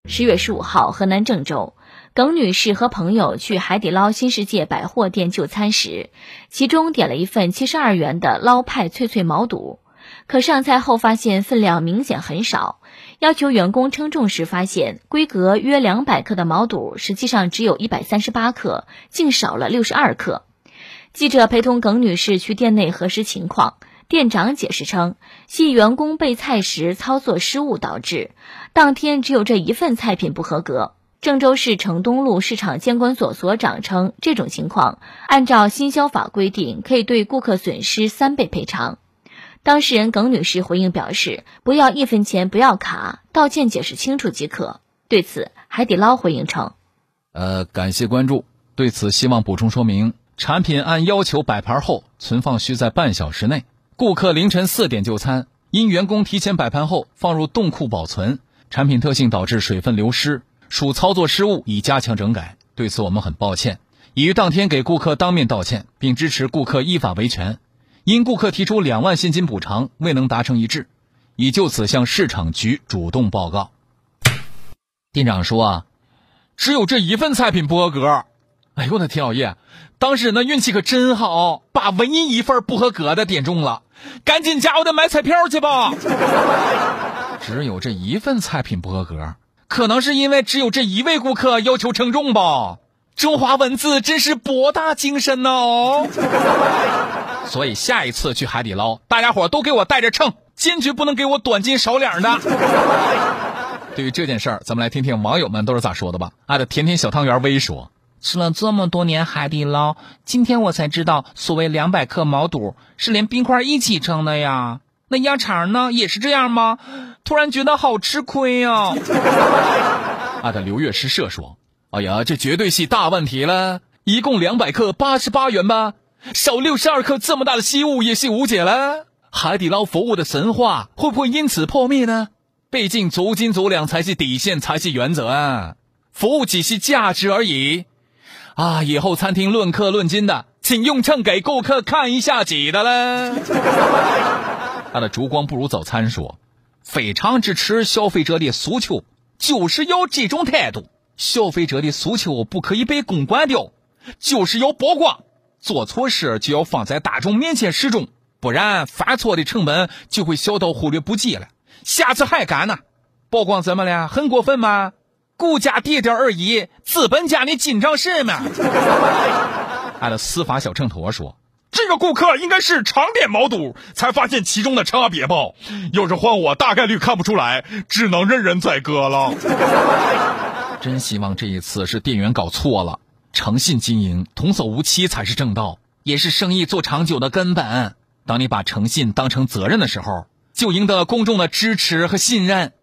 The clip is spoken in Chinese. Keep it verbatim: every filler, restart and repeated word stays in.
十月十五号，河南郑州，耿女士和朋友去海底捞新世界百货店就餐时，其中点了一份七十二元的捞派脆脆毛肚，可上菜后发现分量明显很少，要求员工称重时发现规格约两百克的毛肚实际上只有一百三十八克，竟少了六十二克。记者陪同耿女士去店内核实情况，店长解释称，系员工备菜时操作失误导致，当天只有这一份菜品不合格。郑州市城东路市场监管所所长称，这种情况按照新消法规定，可以对顾客损失三倍赔偿。当事人耿女士回应表示，不要一分钱不要卡，道歉解释清楚即可。对此，海底捞回应称， 呃，感谢关注，对此希望补充说明，产品按要求摆盘后，存放需在半小时内。顾客凌晨四点就餐，因员工提前摆盘后放入冻库保存，产品特性导致水分流失，属操作失误，已加强整改。对此我们很抱歉，已于当天给顾客当面道歉，并支持顾客依法维权。因顾客提出两万现金补偿未能达成一致，已就此向市场局主动报告。店长说啊，只有这一份菜品不合格。哎呦我的天老爷，当事人的运气可真好，把唯一一份不合格的点中了，赶紧加我的买彩票去吧。只有这一份菜品不合格，可能是因为只有这一位顾客要求称重吧。中华文字真是博大精深呢哦。所以下一次去海底捞，大家伙都给我带着秤，坚决不能给我短斤少两的。对于这件事儿，咱们来听听网友们都是咋说的吧。爱的甜甜小汤圆微说， 吃了这么多年海底捞，今天我才知道所谓两百克毛肚是连冰块一起称的呀。那鸭肠呢，也是这样吗？突然觉得好吃亏啊。 爱的刘月诗社说，哎呀，这绝对是大问题了，一共两百克八十八元吧，少六十二克这么大的失误也是无解了。海底捞服务的神话会不会因此破灭呢？毕竟足斤足两才是底线，才是原则啊，服务只是价值而已啊！以后餐厅论克论斤的，请用秤给顾客看一下几的了。他的烛光不如早餐说，非常支持消费者的诉求，就是要这种态度。消费者的诉求不可以被公关掉，就是要曝光，做错事就要放在大众面前示众，不然犯错的成本就会小到忽略不计了。下次还敢呢？曝光怎么了？很过分吗？股价跌点而已，资本家你紧张什么？爱的司法小秤砣说， 这个顾客应该是常点毛肚，才发现其中的差别吧。要是换我，大概率看不出来，只能任人宰割了。 真希望这一次是店员搞错了，诚信经营，童叟无欺才是正道，也是生意做长久的根本。当你把诚信当成责任的时候，就赢得公众的支持和信任。